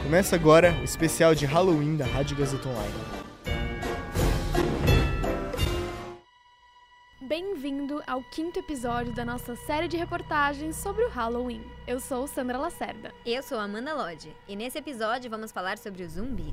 Começa agora o especial de Halloween da Rádio Gazeta Online. Bem-vindo ao 5º episódio da nossa série de reportagens sobre o Halloween. Eu sou Sandra Lacerda. Eu sou Amanda Lodge e nesse episódio vamos falar sobre os zumbis.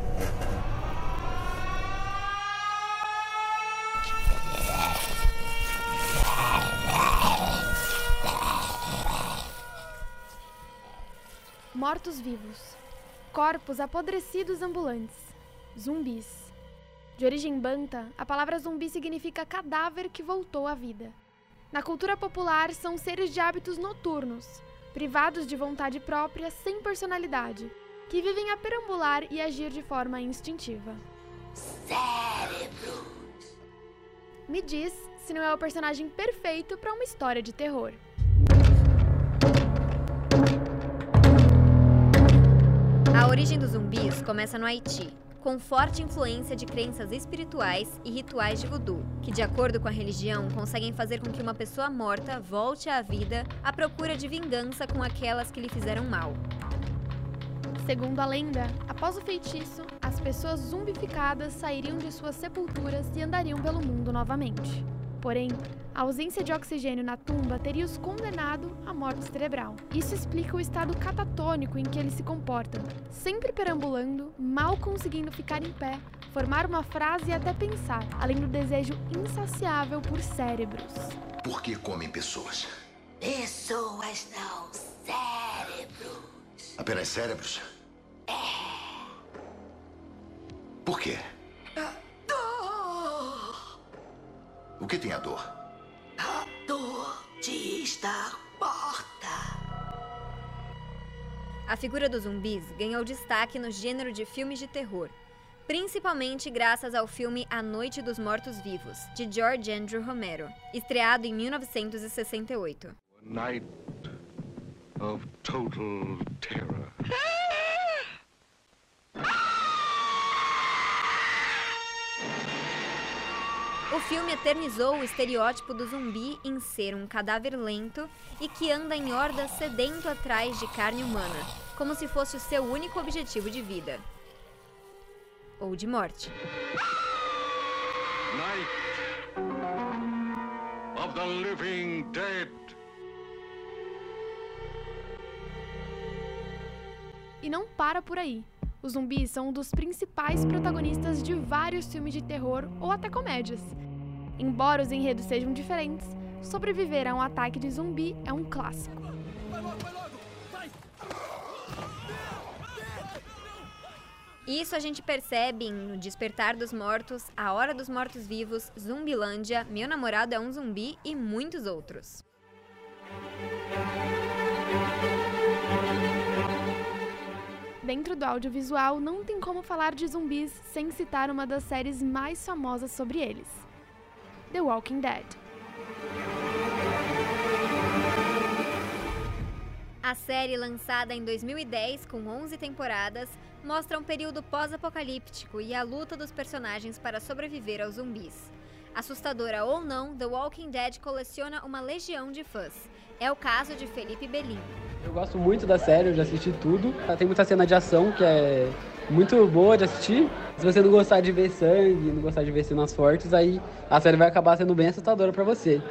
Mortos-vivos. Corpos apodrecidos ambulantes. Zumbis. De origem banta, a palavra zumbi significa cadáver que voltou à vida. Na cultura popular, são seres de hábitos noturnos, privados de vontade própria, sem personalidade, que vivem a perambular e agir de forma instintiva. Cérebros. Me diz se não é o personagem perfeito para uma história de terror. A origem dos zumbis começa no Haiti, com forte influência de crenças espirituais e rituais de voodoo, que, de acordo com a religião, conseguem fazer com que uma pessoa morta volte à vida à procura de vingança com aquelas que lhe fizeram mal. Segundo a lenda, após o feitiço, as pessoas zumbificadas sairiam de suas sepulturas e andariam pelo mundo novamente. Porém, a ausência de oxigênio na tumba teria os condenado à morte cerebral. Isso explica o estado catatônico em que eles se comportam, sempre perambulando, mal conseguindo ficar em pé, formar uma frase e até pensar, além do desejo insaciável por cérebros. Por que comem pessoas? Pessoas não, cérebros. Apenas cérebros? Por quê? O que tem a dor? A dor de estar morta. A figura dos zumbis ganhou destaque no gênero de filmes de terror, principalmente graças ao filme A Noite dos Mortos-Vivos, de George Andrew Romero, estreado em 1968. A night of total terror. O filme eternizou o estereótipo do zumbi em ser um cadáver lento e que anda em hordas sedento atrás de carne humana, como se fosse o seu único objetivo de vida. Ou de morte. Night of the living dead. E não para por aí. Os zumbis são um dos principais protagonistas de vários filmes de terror ou até comédias. Embora os enredos sejam diferentes, sobreviver a um ataque de zumbi é um clássico. Isso a gente percebe em O Despertar dos Mortos, A Hora dos Mortos-Vivos, Zumbilândia, Meu Namorado é um Zumbi e muitos outros. Dentro do audiovisual, não tem como falar de zumbis sem citar uma das séries mais famosas sobre eles, The Walking Dead. A série, lançada em 2010 com 11 temporadas, mostra um período pós-apocalíptico e a luta dos personagens para sobreviver aos zumbis. Assustadora ou não, The Walking Dead coleciona uma legião de fãs. É o caso de Felipe Belin. Eu gosto muito da série, eu já assisti tudo. Tem muita cena de ação que é muito boa de assistir. Se você não gostar de ver sangue, não gostar de ver cenas fortes, aí a série vai acabar sendo bem assustadora pra você.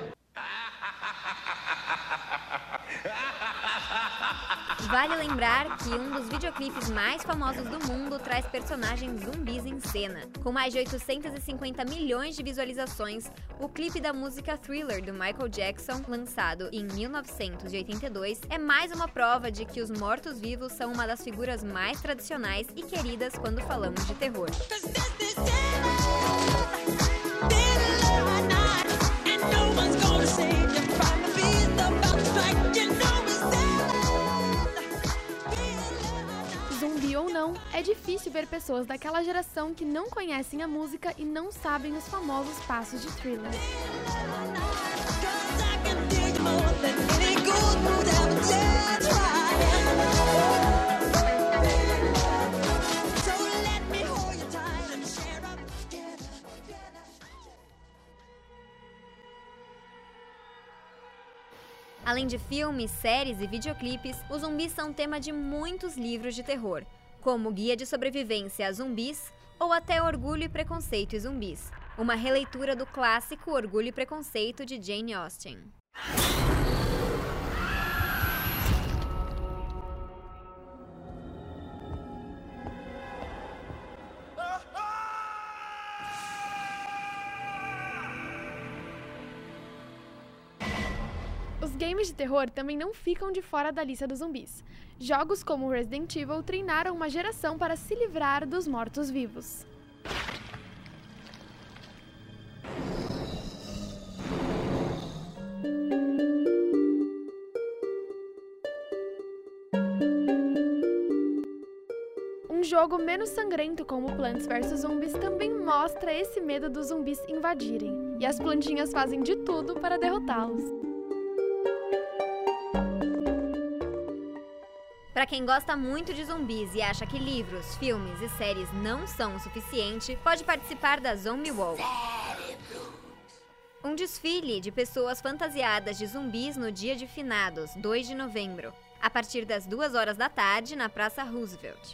Vale lembrar que um dos videoclipes mais famosos do mundo traz personagens zumbis em cena. Com mais de 850 milhões de visualizações, o clipe da música Thriller, do Michael Jackson, lançado em 1982, é mais uma prova de que os mortos-vivos são uma das figuras mais tradicionais e queridas quando falamos de terror. Zumbi ou não, é difícil ver pessoas daquela geração que não conhecem a música e não sabem os famosos passos de Thriller. Além de filmes, séries e videoclipes, os zumbis são tema de muitos livros de terror. como Guia de Sobrevivência a Zumbis ou até Orgulho e Preconceito e Zumbis, uma releitura do clássico Orgulho e Preconceito de Jane Austen. Os games de terror também não ficam de fora da lista dos zumbis. Jogos como Resident Evil treinaram uma geração para se livrar dos mortos-vivos. Um jogo menos sangrento como Plants vs Zombies também mostra esse medo dos zumbis invadirem, e as plantinhas fazem de tudo para derrotá-los. Para quem gosta muito de zumbis e acha que livros, filmes e séries não são o suficiente, pode participar da Zombie Walk. Um desfile de pessoas fantasiadas de zumbis no dia de finados, 2 de novembro, a partir das 2 horas da tarde na Praça Roosevelt.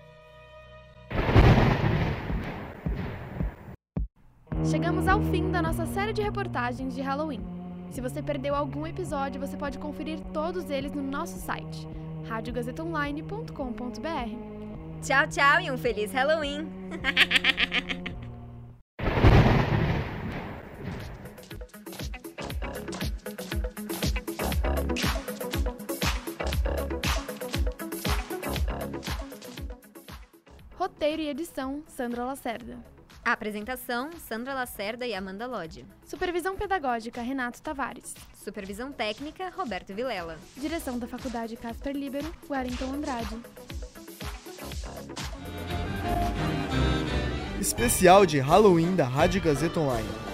Chegamos ao fim da nossa série de reportagens de Halloween. Se você perdeu algum episódio, você pode conferir todos eles no nosso site, radiogazetaonline.com.br. Tchau, tchau e um feliz Halloween! Roteiro e edição, Sandra Lacerda. A apresentação, Sandra Lacerda e Amanda Lodge. Supervisão pedagógica, Renato Tavares. Supervisão técnica, Roberto Vilela. Direção da Faculdade Casper Libero, Wellington Andrade. Especial de Halloween da Rádio Gazeta Online.